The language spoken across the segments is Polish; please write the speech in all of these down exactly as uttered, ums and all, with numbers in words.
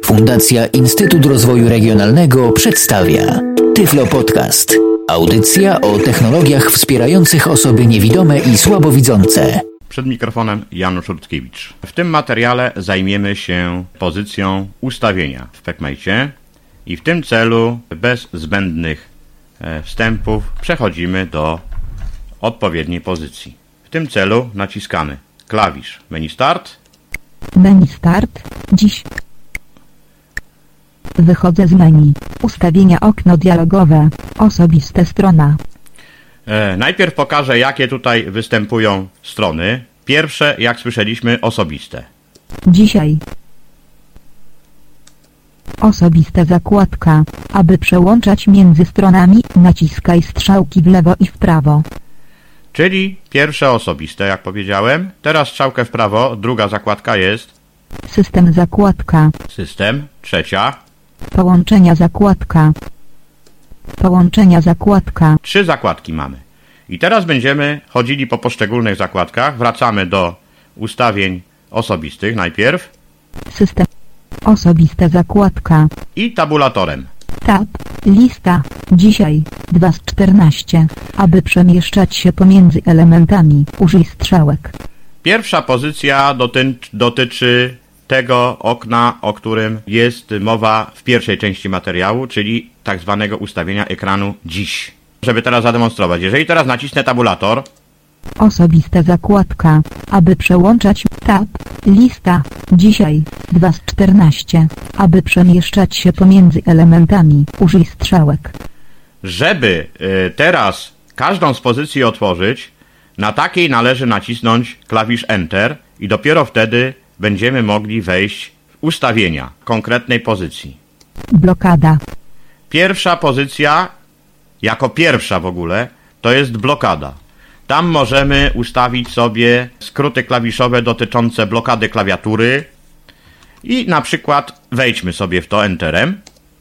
Fundacja Instytut Rozwoju Regionalnego przedstawia Tyflo Podcast. Audycja o technologiach wspierających osoby niewidome i słabowidzące. Przed mikrofonem Janusz Rutkiewicz. W tym materiale zajmiemy się pozycją ustawienia w PeckMate i w tym celu bez zbędnych wstępów przechodzimy do odpowiedniej pozycji. W tym celu naciskamy klawisz Menu Start. Menu Start. Dziś. Wychodzę z menu. Ustawienia, okno dialogowe. Osobiste strona. E, najpierw pokażę, jakie tutaj występują strony. Pierwsze, jak słyszeliśmy, osobiste. Dzisiaj. Osobista zakładka. Aby przełączać między stronami, naciskaj strzałki w lewo i w prawo. Czyli pierwsze osobiste, jak powiedziałem. Teraz strzałkę w prawo, druga zakładka jest System zakładka. System, trzecia. Połączenia zakładka. Połączenia zakładka. Trzy zakładki mamy. I teraz będziemy chodzili po poszczególnych zakładkach. Wracamy do ustawień osobistych najpierw. System. Osobista zakładka. I tabulatorem. Tab. Lista. Dzisiaj. dwa z czternastu. Aby przemieszczać się pomiędzy elementami, użyj strzałek. Pierwsza pozycja doty dotyczy tego okna, o którym jest mowa w pierwszej części materiału, czyli tak zwanego ustawienia ekranu dziś. Żeby teraz zademonstrować. Jeżeli teraz nacisnę tabulator. Osobista zakładka. Aby przełączać tab. Lista. Dzisiaj. dwa z czternastu. Aby przemieszczać się pomiędzy elementami, użyj strzałek. Żeby y, teraz każdą z pozycji otworzyć, na takiej należy nacisnąć klawisz Enter i dopiero wtedy będziemy mogli wejść w ustawienia konkretnej pozycji. Blokada. Pierwsza pozycja, jako pierwsza w ogóle, to jest blokada. Tam możemy ustawić sobie skróty klawiszowe dotyczące blokady klawiatury i na przykład wejdźmy sobie w to Enterem.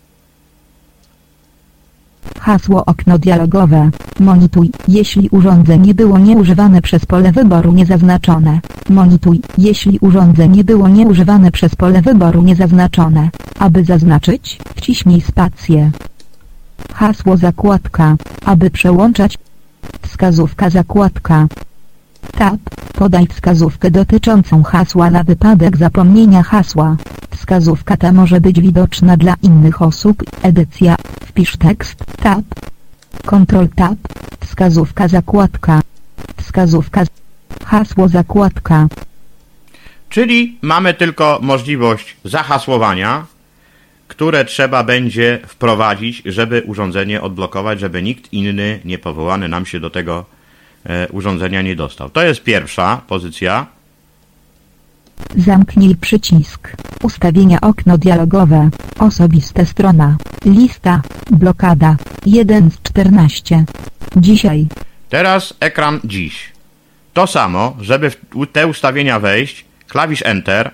Hasło okno dialogowe. Monituj, jeśli urządzenie było nieużywane przez pole wyboru niezaznaczone. Monituj, jeśli urządzenie było nieużywane przez pole wyboru niezaznaczone. Aby zaznaczyć, wciśnij spację. Hasło zakładka. Aby przełączać. Wskazówka zakładka. Tab. Podaj wskazówkę dotyczącą hasła na wypadek zapomnienia hasła. Wskazówka ta może być widoczna dla innych osób. Edycja. Wpisz tekst. Tab. Ctrl Tab. Wskazówka zakładka. Wskazówka. Hasło zakładka. Czyli mamy tylko możliwość zahasłowania, które trzeba będzie wprowadzić, żeby urządzenie odblokować, żeby nikt inny niepowołany nam się do tego e, urządzenia nie dostał. To jest pierwsza pozycja. Zamknij przycisk. Ustawienia okno dialogowe. Osobiste strona. Lista. Blokada. jeden z czternastu. Dzisiaj. Teraz ekran dziś. To samo, żeby w te ustawienia wejść, klawisz Enter.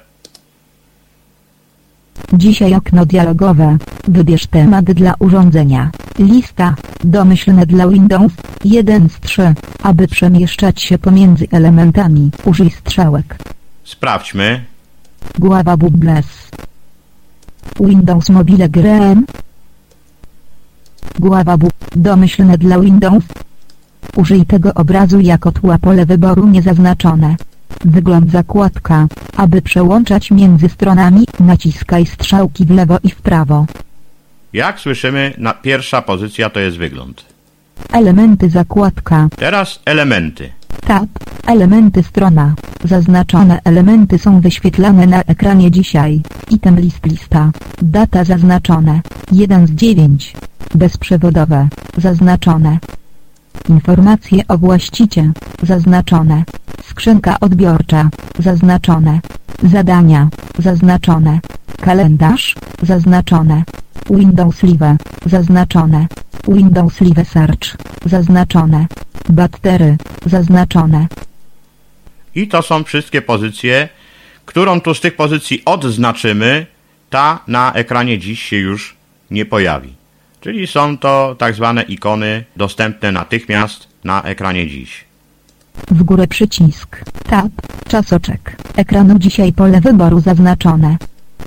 Dzisiaj okno dialogowe. Wybierz temat dla urządzenia. Lista. Domyślne dla Windows. jeden z trzech. Aby przemieszczać się pomiędzy elementami, użyj strzałek. Sprawdźmy. Głowa Bubbles. Windows Mobile Green. Głowa bu... Domyślne dla Windows. Użyj tego obrazu jako tła, pole wyboru niezaznaczone. Wygląd zakładka. Aby przełączać między stronami, naciskaj strzałki w lewo i w prawo. Jak słyszymy, na pierwsza pozycja to jest wygląd. Elementy zakładka. Teraz elementy. Tab. Elementy strona. Zaznaczone elementy są wyświetlane na ekranie dzisiaj. Item list lista. Data zaznaczone. jeden z dziewięciu. Bezprzewodowe. Zaznaczone. Informacje o właścicielu. Zaznaczone. Skrzynka odbiorcza. Zaznaczone. Zadania. Zaznaczone. Kalendarz. Zaznaczone. Windows Live. Zaznaczone. Windows Live Search. Zaznaczone. Batery. Zaznaczone. I to są wszystkie pozycje. Którą tu z tych pozycji odznaczymy, ta na ekranie dziś się już nie pojawi. Czyli są to tak zwane ikony dostępne natychmiast na ekranie dziś. W górę przycisk. Tab. Czasoczek. Ekranu dzisiaj pole wyboru zaznaczone.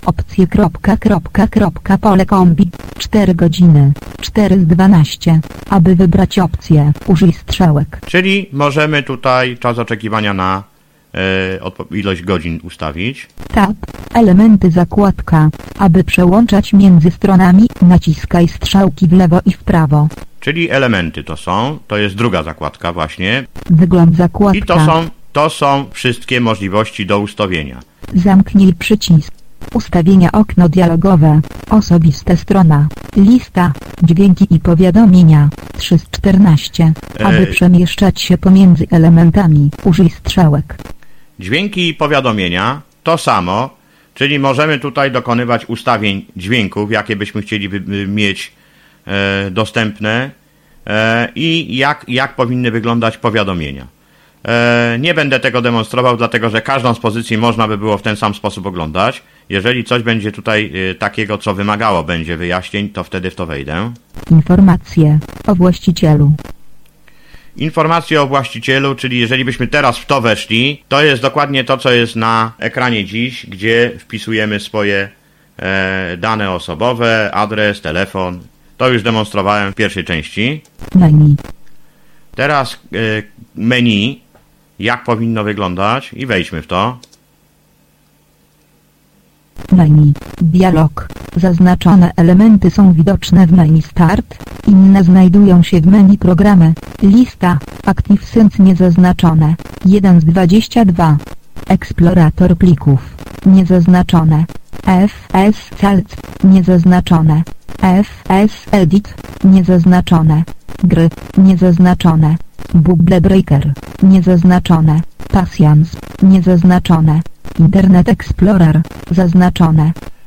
Opcje kropka, kropka, kropka, pole kombi. cztery godziny. cztery z dwunastu. Aby wybrać opcję, użyj strzałek. Czyli możemy tutaj czas oczekiwania na e, ilość godzin ustawić. Tab. Elementy zakładka. Aby przełączać między stronami, naciskaj strzałki w lewo i w prawo. Czyli elementy to są, to jest druga zakładka właśnie. Wygląd zakładka. I to są, to są wszystkie możliwości do ustawienia. Zamknij przycisk. Ustawienia okno dialogowe. Osobiste strona. Lista. Dźwięki i powiadomienia. trzy z czternastu. Aby Ej. przemieszczać się pomiędzy elementami, użyj strzałek. Dźwięki i powiadomienia to samo, czyli możemy tutaj dokonywać ustawień dźwięków, jakie byśmy chcieli mieć e, dostępne e, i jak, jak powinny wyglądać powiadomienia. E, nie będę tego demonstrował, dlatego że każdą z pozycji można by było w ten sam sposób oglądać. Jeżeli coś będzie tutaj e, takiego, co wymagało będzie wyjaśnień, to wtedy w to wejdę. Informacje o właścicielu. Informacje o właścicielu, czyli jeżeli byśmy teraz w to weszli, to jest dokładnie to, co jest na ekranie dziś, gdzie wpisujemy swoje e, dane osobowe, adres, telefon. To już demonstrowałem w pierwszej części. Menu. Teraz e, menu, jak powinno wyglądać i wejdźmy w to. Menu. Dialog. Zaznaczone elementy są widoczne w menu Start, inne znajdują się w menu Programy. Lista. ActiveSense niezaznaczone. jeden z dwudziestu dwóch. Eksplorator plików. Niezaznaczone. F S Calc. Niezaznaczone. F S Edit. Niezaznaczone. Gry. Niezaznaczone. Bubble Breaker. Niezaznaczone. Patience. Niezaznaczone. Internet Explorer. Zaznaczone.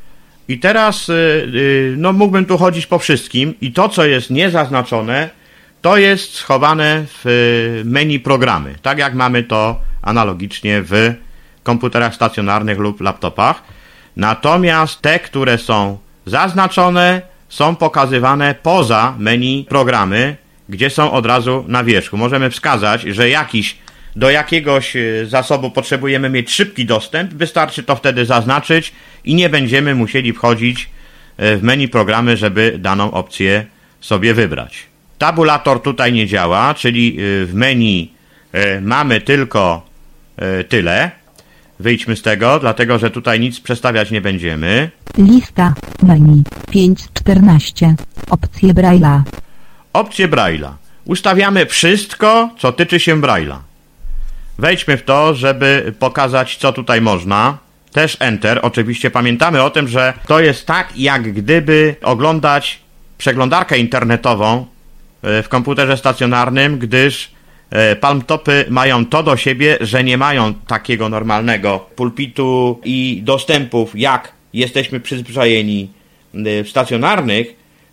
I teraz yy, no mógłbym tu chodzić po wszystkim i to, co jest niezaznaczone, to jest schowane w menu Programy, tak jak mamy to analogicznie w komputerach stacjonarnych lub laptopach. Natomiast te, które są zaznaczone, są pokazywane poza menu Programy, gdzie są od razu na wierzchu. Możemy wskazać, że jakiś do jakiegoś zasobu potrzebujemy mieć szybki dostęp, wystarczy to wtedy zaznaczyć i nie będziemy musieli wchodzić w menu Programy, żeby daną opcję sobie wybrać. Tabulator tutaj nie działa, czyli w menu mamy tylko tyle. Wyjdźmy z tego, dlatego że tutaj nic przestawiać nie będziemy. Lista. Menu. pięć z czternastu. Opcje Braille'a. Opcję Braille'a. Ustawiamy wszystko, co tyczy się Braille'a. Wejdźmy w to, żeby pokazać, co tutaj można. Też Enter. Oczywiście pamiętamy o tym, że to jest tak, jak gdyby oglądać przeglądarkę internetową w komputerze stacjonarnym, gdyż palmtopy mają to do siebie, że nie mają takiego normalnego pulpitu i dostępów, jak jesteśmy przyzwyczajeni w stacjonarnych,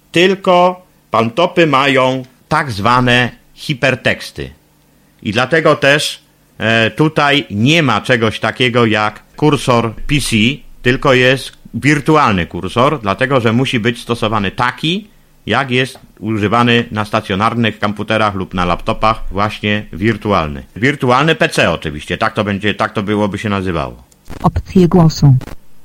tylko palmtopy mają tak zwane hiperteksty. I dlatego też tutaj nie ma czegoś takiego jak kursor P C, tylko jest wirtualny kursor, dlatego że musi być stosowany taki, jak jest używany na stacjonarnych komputerach lub na laptopach, właśnie wirtualny. Wirtualny P C oczywiście, tak to będzie, tak to byłoby się nazywało. Opcje głosu.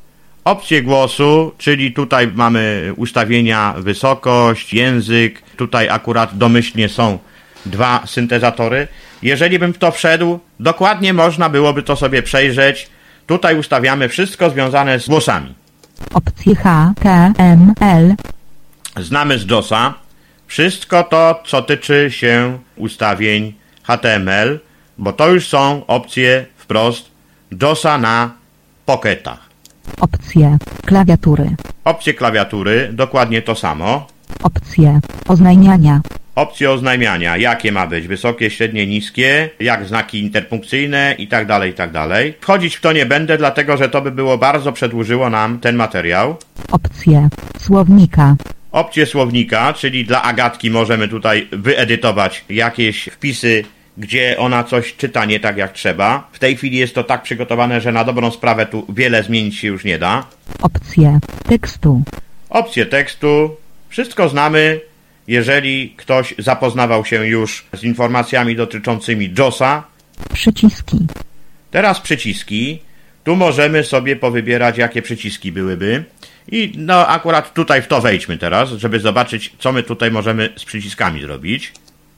Opcje głosu, czyli tutaj mamy ustawienia, wysokość, język, tutaj akurat domyślnie są dwa syntezatory. Jeżeli bym w to wszedł, dokładnie można byłoby to sobie przejrzeć. Tutaj ustawiamy wszystko związane z głosami. Opcje H T M L. Znamy z JOSa wszystko to, co tyczy się ustawień H T M L, bo to już są opcje wprost JOSa na Pocketach. Opcje klawiatury. Opcje klawiatury, dokładnie to samo. Opcje oznajmiania. Opcje oznajmiania, jakie ma być, wysokie, średnie, niskie, jak znaki interpunkcyjne i tak dalej, i tak dalej. Wchodzić w to nie będę, dlatego że to by było bardzo przedłużyło nam ten materiał. Opcje słownika. Opcje słownika, czyli dla Agatki możemy tutaj wyedytować jakieś wpisy, gdzie ona coś czyta nie tak jak trzeba. W tej chwili jest to tak przygotowane, że na dobrą sprawę tu wiele zmienić się już nie da. Opcje tekstu. Opcje tekstu, wszystko znamy. Jeżeli ktoś zapoznawał się już z informacjami dotyczącymi JOSa. Przyciski. Teraz przyciski. Tu możemy sobie powybierać, jakie przyciski byłyby. I no akurat tutaj w to wejdźmy teraz, żeby zobaczyć, co my tutaj możemy z przyciskami zrobić.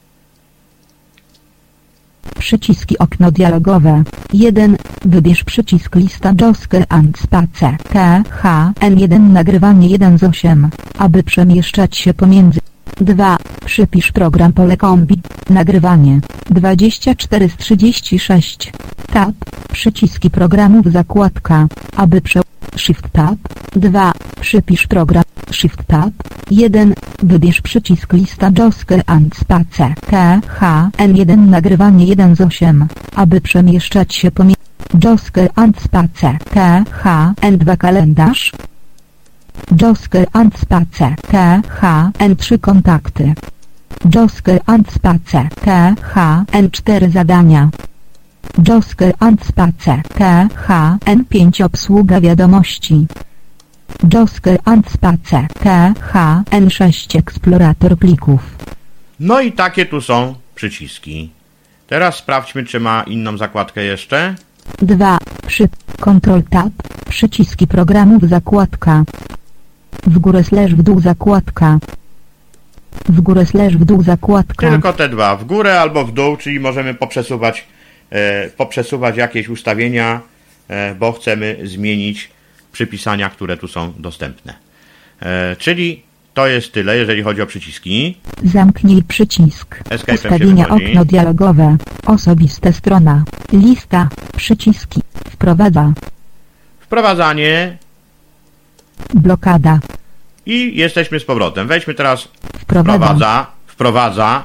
Przyciski okno dialogowe. jeden. Wybierz przycisk lista Joske and Space. T H N jeden nagrywanie jeden z osiem. Aby przemieszczać się pomiędzy. dwa. Przypisz program pole kombi. Nagrywanie. dwadzieścia cztery z trzydziestu sześciu. Tab. Przyciski programów zakładka. Aby prze... Shift Tab. dwa. Przypisz program. Shift Tab. jeden. Wybierz przycisk lista Joske and Space. T H N jeden nagrywanie jeden z osiem. Aby przemieszczać się pomiędzy. Joske and Space. T H N dwa kalendarz. Joske and Space. T H N trzy kontakty. Joske and Space. T H N cztery zadania. Joske and Space. T H N pięć obsługa wiadomości. Joske and Space. T H N sześć eksplorator plików. No i takie tu są przyciski. Teraz sprawdźmy, czy ma inną zakładkę jeszcze. dwa. Przy Ctrl Tab. Przyciski programów zakładka. W górę slash w dół zakładka. W górę slash w dół zakładka. Tylko te dwa, w górę albo w dół, czyli możemy poprzesuwać, e, poprzesuwać jakieś ustawienia, e, bo chcemy zmienić przypisania, które tu są dostępne. E, czyli to jest tyle, jeżeli chodzi o przyciski. Zamknij przycisk. Escape'em Ustawienia się wychodzi. okno dialogowe. Osobiste strona. Lista. Przyciski. Wprowadza. Wprowadzanie Blokada. i jesteśmy z powrotem. Wejdźmy teraz Wprowadza. wprowadza, wprowadza,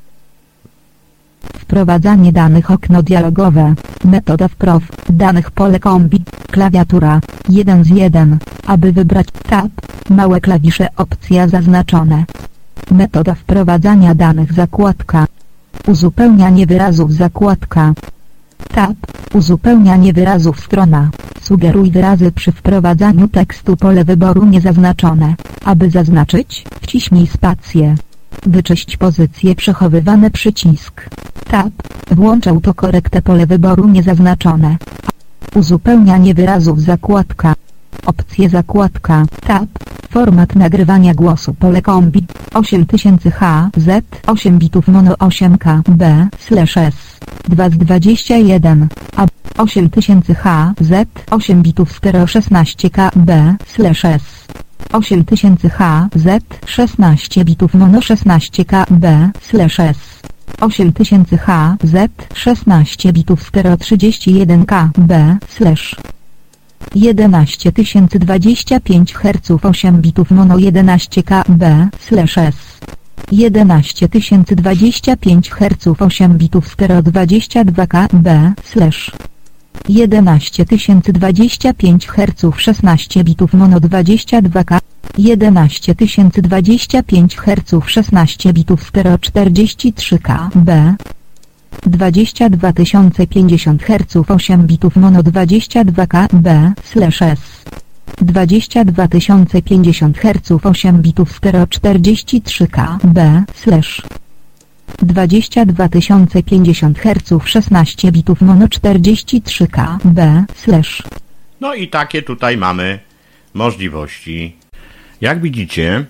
Wprowadzanie danych okno dialogowe. Metoda wprow. Danych pole kombi. Klawiatura. jeden z jeden. Aby wybrać tab. Małe klawisze opcja zaznaczone. Metoda wprowadzania danych zakładka. Uzupełnianie wyrazów zakładka. Tab. Uzupełnianie wyrazów strona. Sugeruj wyrazy przy wprowadzaniu tekstu pole wyboru niezaznaczone. Aby zaznaczyć, wciśnij spację. Wyczyść pozycje przechowywane przycisk. Tab. Włącz autokorektę pole wyboru niezaznaczone. Uzupełnianie wyrazów zakładka. Opcje zakładka. Tab. Format nagrywania głosu pole kombi. osiem tysięcy H Z osiem bitów mono osiem K B slash S dwa z dwudziestu jeden A osiem tysięcy H Z osiem bitów stereo szesnaście K B slash S osiem tysięcy H Z szesnaście bitów mono szesnaście K B slash S osiem tysięcy H Z szesnaście bitów stereo trzydzieści jeden K B slash jedenaście tysięcy dwadzieścia pięć herców osiem bitów mono jedenaście K B slash S jedenaście tysięcy dwadzieścia pięć herców osiem bitów stereo dwadzieścia dwa K B slash jedenaście tysięcy dwadzieścia pięć herców szesnaście bitów mono dwadzieścia dwa K jedenaście tysięcy dwadzieścia pięć herców szesnaście bitów stereo czterdzieści trzy K B dwadzieścia dwa tysiące pięćdziesiąt herców osiem bitów mono dwadzieścia dwa K B slash S dwadzieścia dwa tysiące pięćdziesiąt herców osiem bitów stereo czterdzieści trzy K B slash dwadzieścia dwa tysiące pięćdziesiąt herców szesnaście bitów mono czterdzieści trzy K B slash. No i takie tutaj mamy możliwości. Jak widzicie,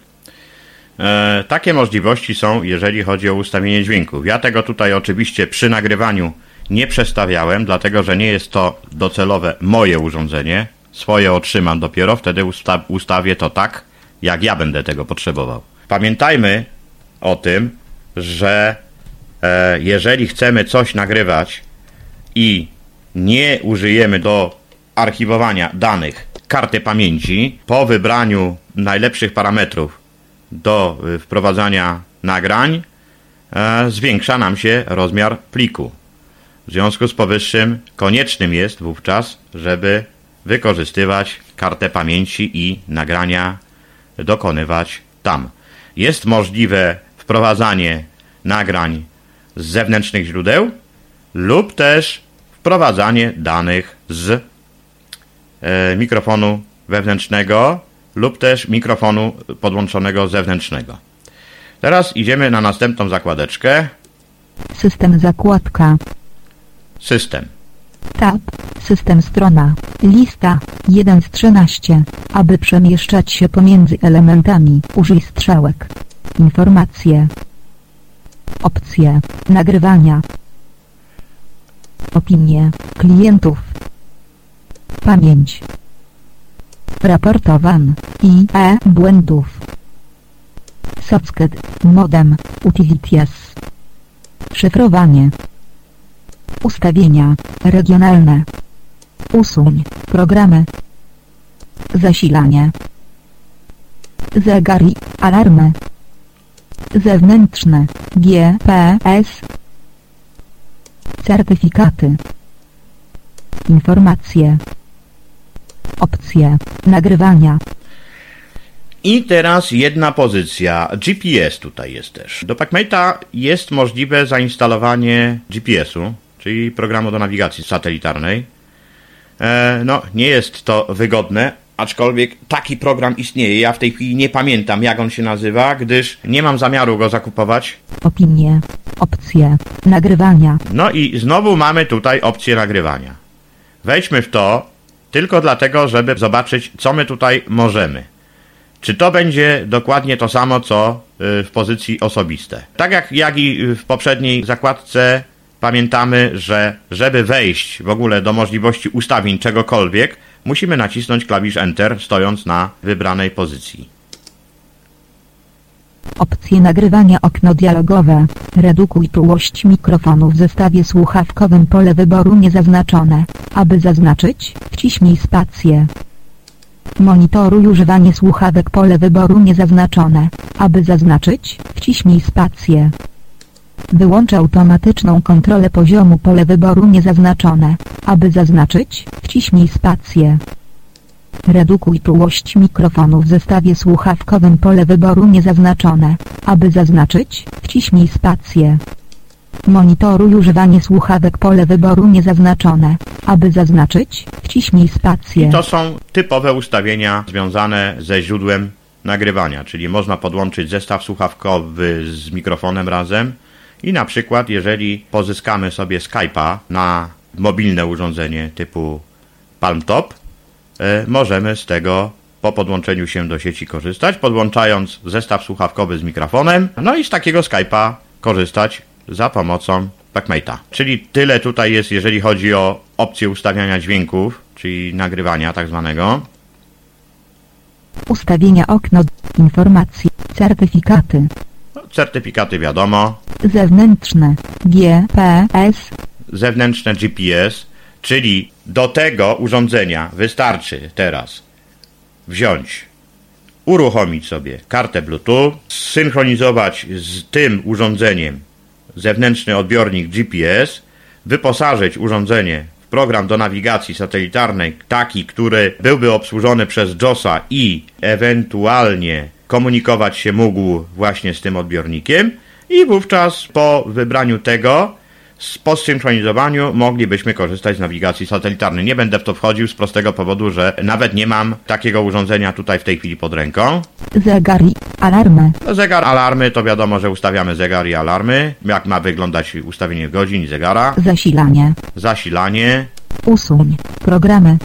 e, takie możliwości są, jeżeli chodzi o ustawienie dźwięków. Ja tego tutaj oczywiście przy nagrywaniu nie przestawiałem, dlatego że nie jest to docelowe moje urządzenie. Swoje otrzymam dopiero, wtedy usta ustawię to tak, jak ja będę tego potrzebował. Pamiętajmy o tym, że e, jeżeli chcemy coś nagrywać i nie użyjemy do archiwowania danych karty pamięci, po wybraniu najlepszych parametrów do y, wprowadzania nagrań e, zwiększa nam się rozmiar pliku. W związku z powyższym koniecznym jest wówczas, żeby wykorzystywać kartę pamięci i nagrania dokonywać tam. Jest możliwe wprowadzanie nagrań z zewnętrznych źródeł lub też wprowadzanie danych z e, mikrofonu wewnętrznego lub też mikrofonu podłączonego zewnętrznego. Teraz idziemy na następną zakładeczkę. System zakładka. System. Tab, system strona, lista, jeden z trzynastu. Aby przemieszczać się pomiędzy elementami, użyj strzałek. Informacje. Opcje, nagrywania. Opinie, klientów. Pamięć. Raportowan, I E błędów. Socket, modem, utilities. Szyfrowanie. Ustawienia, regionalne. Usuń, programy. Zasilanie. Zegary, alarmy. Zewnętrzne, G P S. Certyfikaty. Informacje. Opcje, nagrywania. I teraz jedna pozycja, G P S tutaj jest też. Do PacMate'a jest możliwe zainstalowanie G P S-u, czyli programu do nawigacji satelitarnej. E, no, nie jest to wygodne, aczkolwiek taki program istnieje. Ja w tej chwili nie pamiętam, jak on się nazywa, gdyż nie mam zamiaru go zakupować. Opinie, opcje, nagrywania. No i znowu mamy tutaj opcję nagrywania. Wejdźmy w to tylko dlatego, żeby zobaczyć, co my tutaj możemy. Czy to będzie dokładnie to samo, co w pozycji osobiste. Tak jak, jak i w poprzedniej zakładce pamiętamy, że żeby wejść w ogóle do możliwości ustawień czegokolwiek, musimy nacisnąć klawisz Enter, stojąc na wybranej pozycji. Opcje nagrywania, okno dialogowe. Redukuj czułość mikrofonu w zestawie słuchawkowym, pole wyboru niezaznaczone. Aby zaznaczyć, wciśnij spację. Monitoruj używanie słuchawek, pole wyboru niezaznaczone. Aby zaznaczyć, wciśnij spację. Wyłącz automatyczną kontrolę poziomu, pole wyboru niezaznaczone. Aby zaznaczyć, wciśnij spację. Redukuj czułość mikrofonu w zestawie słuchawkowym, pole wyboru niezaznaczone. Aby zaznaczyć, wciśnij spację. Monitoruj używanie słuchawek, pole wyboru niezaznaczone. Aby zaznaczyć, wciśnij spację. I to są typowe ustawienia związane ze źródłem nagrywania, czyli można podłączyć zestaw słuchawkowy z mikrofonem razem i na przykład jeżeli pozyskamy sobie Skype'a na mobilne urządzenie typu PalmTop, y, możemy z tego po podłączeniu się do sieci korzystać, podłączając zestaw słuchawkowy z mikrofonem, no i z takiego Skype'a korzystać za pomocą PacMate'a. Czyli tyle tutaj jest, jeżeli chodzi o opcję ustawiania dźwięków, czyli nagrywania tak zwanego. Ustawienia, okno, informacje, certyfikaty. No, certyfikaty wiadomo. Zewnętrzne, G P S. Zewnętrzne G P S, czyli do tego urządzenia wystarczy teraz wziąć, uruchomić sobie kartę Bluetooth, zsynchronizować z tym urządzeniem zewnętrzny odbiornik G P S, wyposażyć urządzenie w program do nawigacji satelitarnej, taki, który byłby obsłużony przez JOSa i ewentualnie komunikować się mógł właśnie z tym odbiornikiem i wówczas po wybraniu tego, po zsynchronizowaniu moglibyśmy korzystać z nawigacji satelitarnej. Nie będę w to wchodził z prostego powodu, że nawet nie mam takiego urządzenia tutaj w tej chwili pod ręką. Zegar i alarmy. Zegar, alarmy, to wiadomo, że ustawiamy zegar i alarmy. Jak ma wyglądać ustawienie godzin i zegara. Zasilanie. Zasilanie. Usuń programy.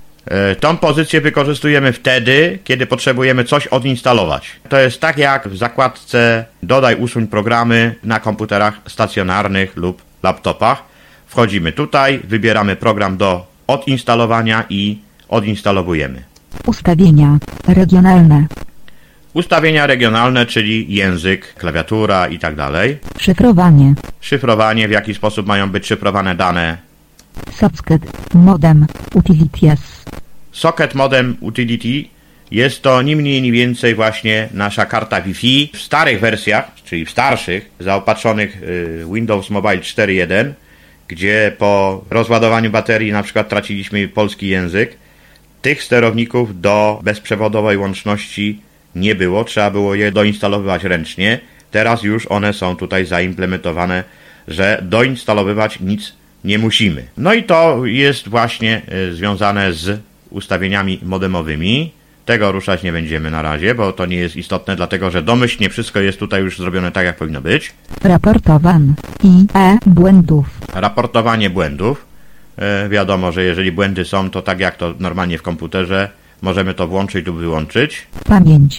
Tą pozycję wykorzystujemy wtedy, kiedy potrzebujemy coś odinstalować. To jest tak jak w zakładce dodaj, usuń programy na komputerach stacjonarnych lub laptopach. Wchodzimy tutaj, wybieramy program do odinstalowania i odinstalowujemy. Ustawienia regionalne. Ustawienia regionalne, czyli język, klawiatura i tak dalej. Szyfrowanie. Szyfrowanie, w jaki sposób mają być szyfrowane dane. Socket, modem, utilities. Socket Modem Utility jest to ni mniej ni więcej właśnie nasza karta Wi-Fi. W starych wersjach, czyli w starszych, zaopatrzonych Windows Mobile cztery jeden, gdzie po rozładowaniu baterii na przykład traciliśmy polski język, tych sterowników do bezprzewodowej łączności nie było, trzeba było je doinstalowywać ręcznie. Teraz już one są tutaj zaimplementowane, że doinstalowywać nic nie musimy. No i to jest właśnie związane z ustawieniami modemowymi. Tego ruszać nie będziemy na razie, bo to nie jest istotne, dlatego że domyślnie wszystko jest tutaj już zrobione tak, jak powinno być. Raportowan I E błędów. Raportowanie błędów. E, wiadomo, że jeżeli błędy są, to tak jak to normalnie w komputerze, możemy to włączyć lub wyłączyć. Pamięć.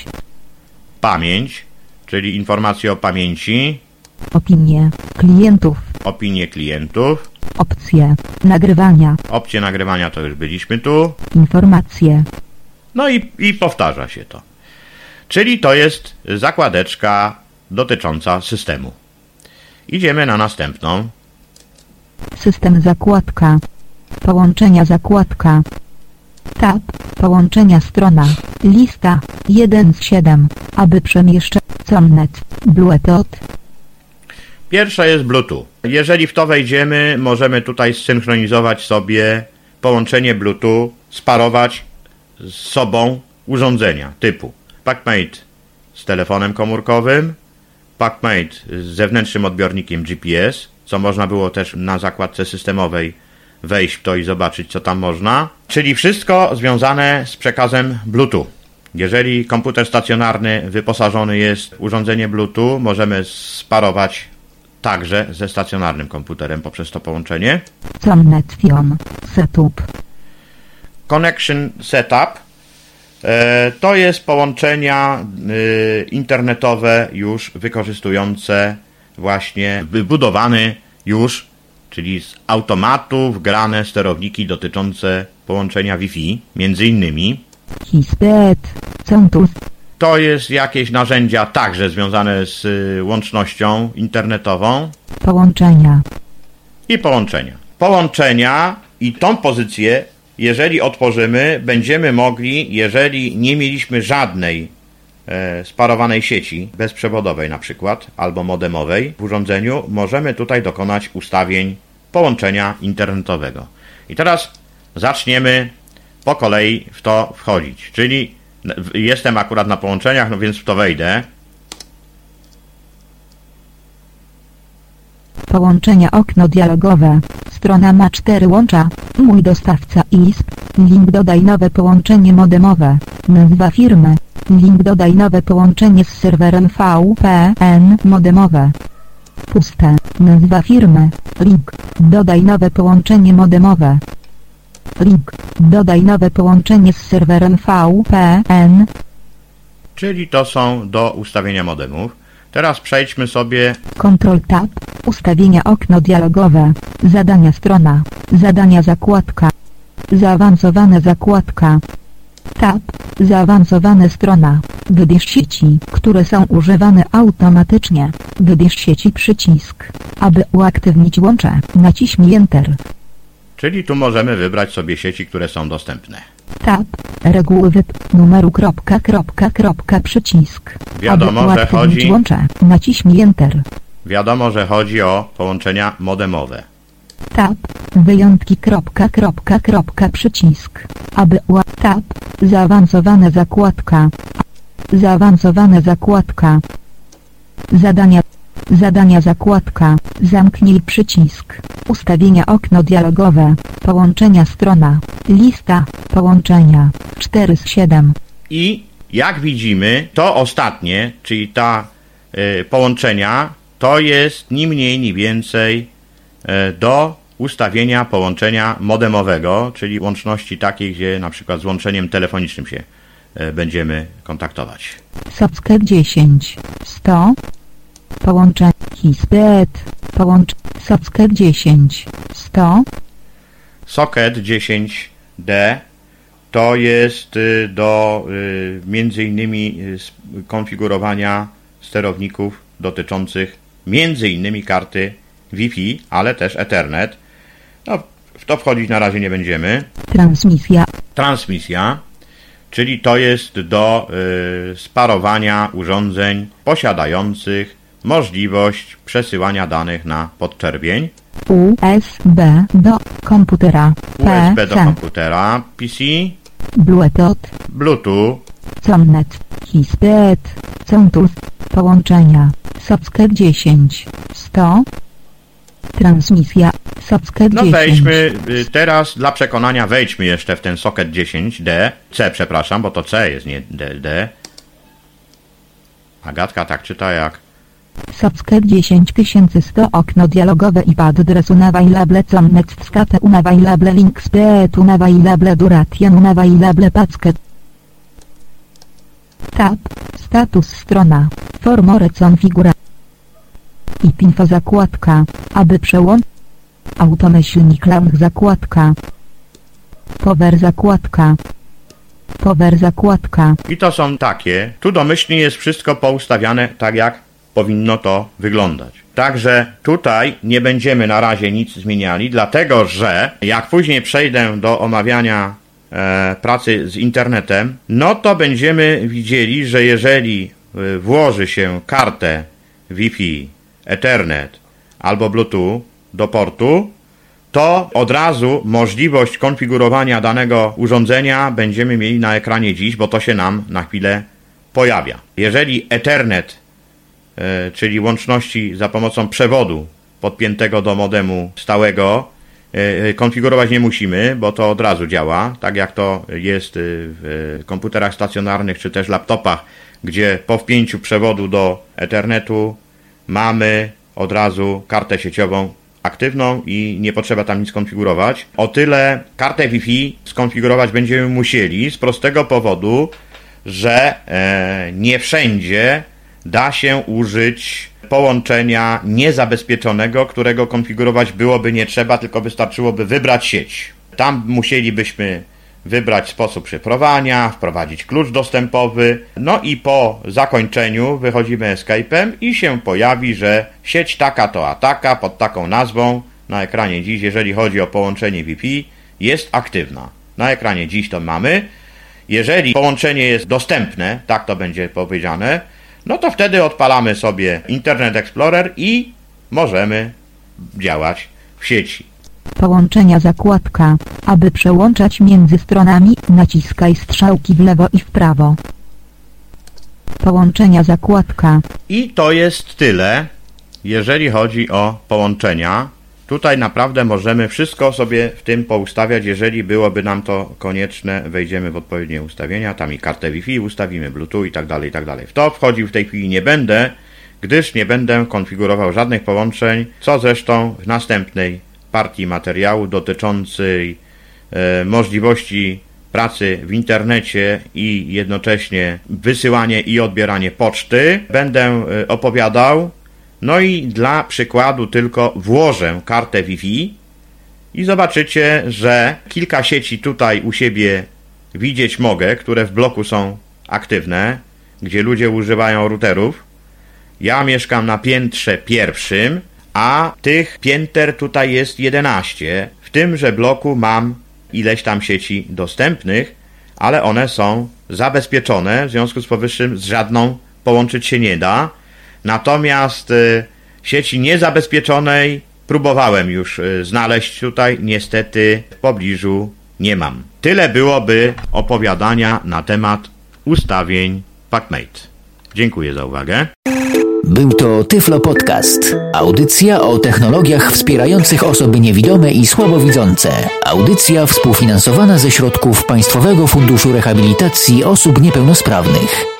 Pamięć, czyli informacje o pamięci. Opinie klientów. Opinie klientów. Opcje nagrywania. Opcje nagrywania to już byliśmy tu. Informacje. No i, i powtarza się to. Czyli to jest zakładeczka dotycząca systemu. Idziemy na następną. System zakładka. Połączenia zakładka. Tab. Połączenia strona. Lista. jeden z siedem. Aby przemieszczać. Comnet. Bluetooth. Pierwsza jest Bluetooth. Jeżeli w to wejdziemy, możemy tutaj zsynchronizować sobie połączenie Bluetooth, sparować z sobą urządzenia typu PackMate z telefonem komórkowym, PackMate z zewnętrznym odbiornikiem G P S, co można było też na zakładce systemowej wejść w to i zobaczyć, co tam można. Czyli wszystko związane z przekazem Bluetooth. Jeżeli komputer stacjonarny wyposażony jest w urządzenie Bluetooth, możemy sparować także ze stacjonarnym komputerem poprzez to połączenie. Connection Setup. Connection Setup e, to jest połączenia e, internetowe już wykorzystujące właśnie wybudowany już, czyli z automatu wgrane sterowniki dotyczące połączenia Wi-Fi, między innymi. Hispet. Centus. To jest jakieś narzędzia także związane z y, łącznością internetową. Połączenia. I połączenia. Połączenia i tą pozycję, jeżeli otworzymy, będziemy mogli, jeżeli nie mieliśmy żadnej e, sparowanej sieci bezprzewodowej na przykład, albo modemowej w urządzeniu, możemy tutaj dokonać ustawień połączenia internetowego. I teraz zaczniemy po kolei w to wchodzić, czyli jestem akurat na połączeniach, no więc w to wejdę. Połączenia okno dialogowe. Strona ma cztery łącza. Mój dostawca I S P. Link dodaj nowe połączenie modemowe. Nazwa firmy. Link dodaj nowe połączenie z serwerem V P N modemowe. Puste. Nazwa firmy. Link. Dodaj nowe połączenie modemowe. Link. Dodaj nowe połączenie z serwerem V P N. Czyli to są do ustawienia modemów. Teraz przejdźmy sobie. Control Tab. Ustawienia okno dialogowe. Zadania strona. Zadania zakładka. Zaawansowane zakładka. Tab. Zaawansowane strona. Wybierz sieci, które są używane automatycznie. Wybierz sieci przycisk. Aby uaktywnić łącze, naciśnij Enter. Czyli tu możemy wybrać sobie sieci, które są dostępne. Tab. Reguły wyp. Numeru kropka kropka kropka przycisk. Wiadomo, Aby że uaktywnić chodzi... łącze, naciśnij Enter. Wiadomo, że chodzi o połączenia modemowe. Tab. Wyjątki kropka kropka kropka przycisk. Aby ua... Tab. Zaawansowane zakładka. Zaawansowane zakładka. Zadania. Zadania zakładka. Zamknij przycisk. Ustawienia okno dialogowe. Połączenia strona. Lista. Połączenia. cztery z siedem. I jak widzimy, to ostatnie, czyli ta y, połączenia, to jest ni mniej, ni więcej y, do ustawienia połączenia modemowego, czyli łączności takiej, gdzie na przykład z łączeniem telefonicznym się y, będziemy kontaktować. Socket dziesięć. sto. Połączenie. Hispet. Połącz. Socket dziesięć. sto. Socket dziesięć D to jest y, do y, między innymi y, konfigurowania sterowników dotyczących między innymi karty Wi-Fi, ale też Ethernet. No, w to wchodzić na razie nie będziemy. Transmisja. Transmisja, czyli to jest do y, sparowania urządzeń posiadających możliwość przesyłania danych na podczerwień. U S B do komputera. U S B do komputera, P C, Bluetooth, Bluetooth, Comnet, Hispet, Centus, połączenia, Socket dziesięć, sto, transmisja, Socket no dziesięć. wejdźmy y, teraz dla przekonania, wejdźmy jeszcze w ten Socket dziesięć D, C przepraszam, bo to C jest, nie D, D. Agatka tak czyta jak Sockę dziesięć tysięcy sto okno dialogowe i pad dresu available connect skate unavailable links peet unavailable duration unavailable packet. Tab, status strona, formore configura. I pinfo zakładka, aby przełączyć. Automyślnik launch zakładka. Power zakładka. Power zakładka. I to są takie. Tu domyślnie jest wszystko poustawiane tak, jak powinno to wyglądać. Także tutaj nie będziemy na razie nic zmieniali, dlatego że jak później przejdę do omawiania e, pracy z internetem, no to będziemy widzieli, że jeżeli e, włoży się kartę Wi-Fi, Ethernet albo Bluetooth do portu, to od razu możliwość konfigurowania danego urządzenia będziemy mieli na ekranie dziś, bo to się nam na chwilę pojawia. Jeżeli Ethernet, e, czyli łączności za pomocą przewodu podpiętego do modemu stałego, e, konfigurować nie musimy, bo to od razu działa, tak jak to jest w komputerach stacjonarnych czy też laptopach, gdzie po wpięciu przewodu do Ethernetu mamy od razu kartę sieciową aktywną i nie potrzeba tam nic konfigurować. O tyle kartę Wi-Fi skonfigurować będziemy musieli z prostego powodu, że e, nie wszędzie da się użyć połączenia niezabezpieczonego, którego konfigurować byłoby nie trzeba, tylko wystarczyłoby wybrać sieć. Tam musielibyśmy wybrać sposób szyfrowania, wprowadzić klucz dostępowy, no i po zakończeniu wychodzimy escape'em i się pojawi, że sieć taka to a taka, pod taką nazwą na ekranie dziś, jeżeli chodzi o połączenie Wi-Fi, jest aktywna. Na ekranie dziś to mamy. Jeżeli połączenie jest dostępne, tak to będzie powiedziane, no to wtedy odpalamy sobie Internet Explorer i możemy działać w sieci. Połączenia zakładka. Aby przełączać między stronami, naciskaj strzałki w lewo i w prawo. Połączenia zakładka. I to jest tyle, jeżeli chodzi o połączenia. Tutaj naprawdę możemy wszystko sobie w tym poustawiać, jeżeli byłoby nam to konieczne, wejdziemy w odpowiednie ustawienia, tam i kartę Wi-Fi ustawimy, Bluetooth i tak dalej, i tak dalej. W to wchodził w tej chwili nie będę, gdyż nie będę konfigurował żadnych połączeń, co zresztą w następnej partii materiału dotyczącej e, możliwości pracy w internecie i jednocześnie wysyłanie i odbieranie poczty będę e, opowiadał. No i dla przykładu tylko włożę kartę Wi-Fi i zobaczycie, że kilka sieci tutaj u siebie widzieć mogę, które w bloku są aktywne, gdzie ludzie używają routerów. Ja mieszkam na piętrze pierwszym, a tych pięter tutaj jest jedenaście. W tymże bloku mam ileś tam sieci dostępnych, ale one są zabezpieczone, w związku z powyższym z żadną połączyć się nie da. Natomiast y, sieci niezabezpieczonej próbowałem już y, znaleźć tutaj, niestety w pobliżu nie mam. Tyle byłoby opowiadania na temat ustawień PackMate. Dziękuję za uwagę. Był to Tyflo Podcast. Audycja o technologiach wspierających osoby niewidome i słabowidzące. Audycja współfinansowana ze środków Państwowego Funduszu Rehabilitacji Osób Niepełnosprawnych.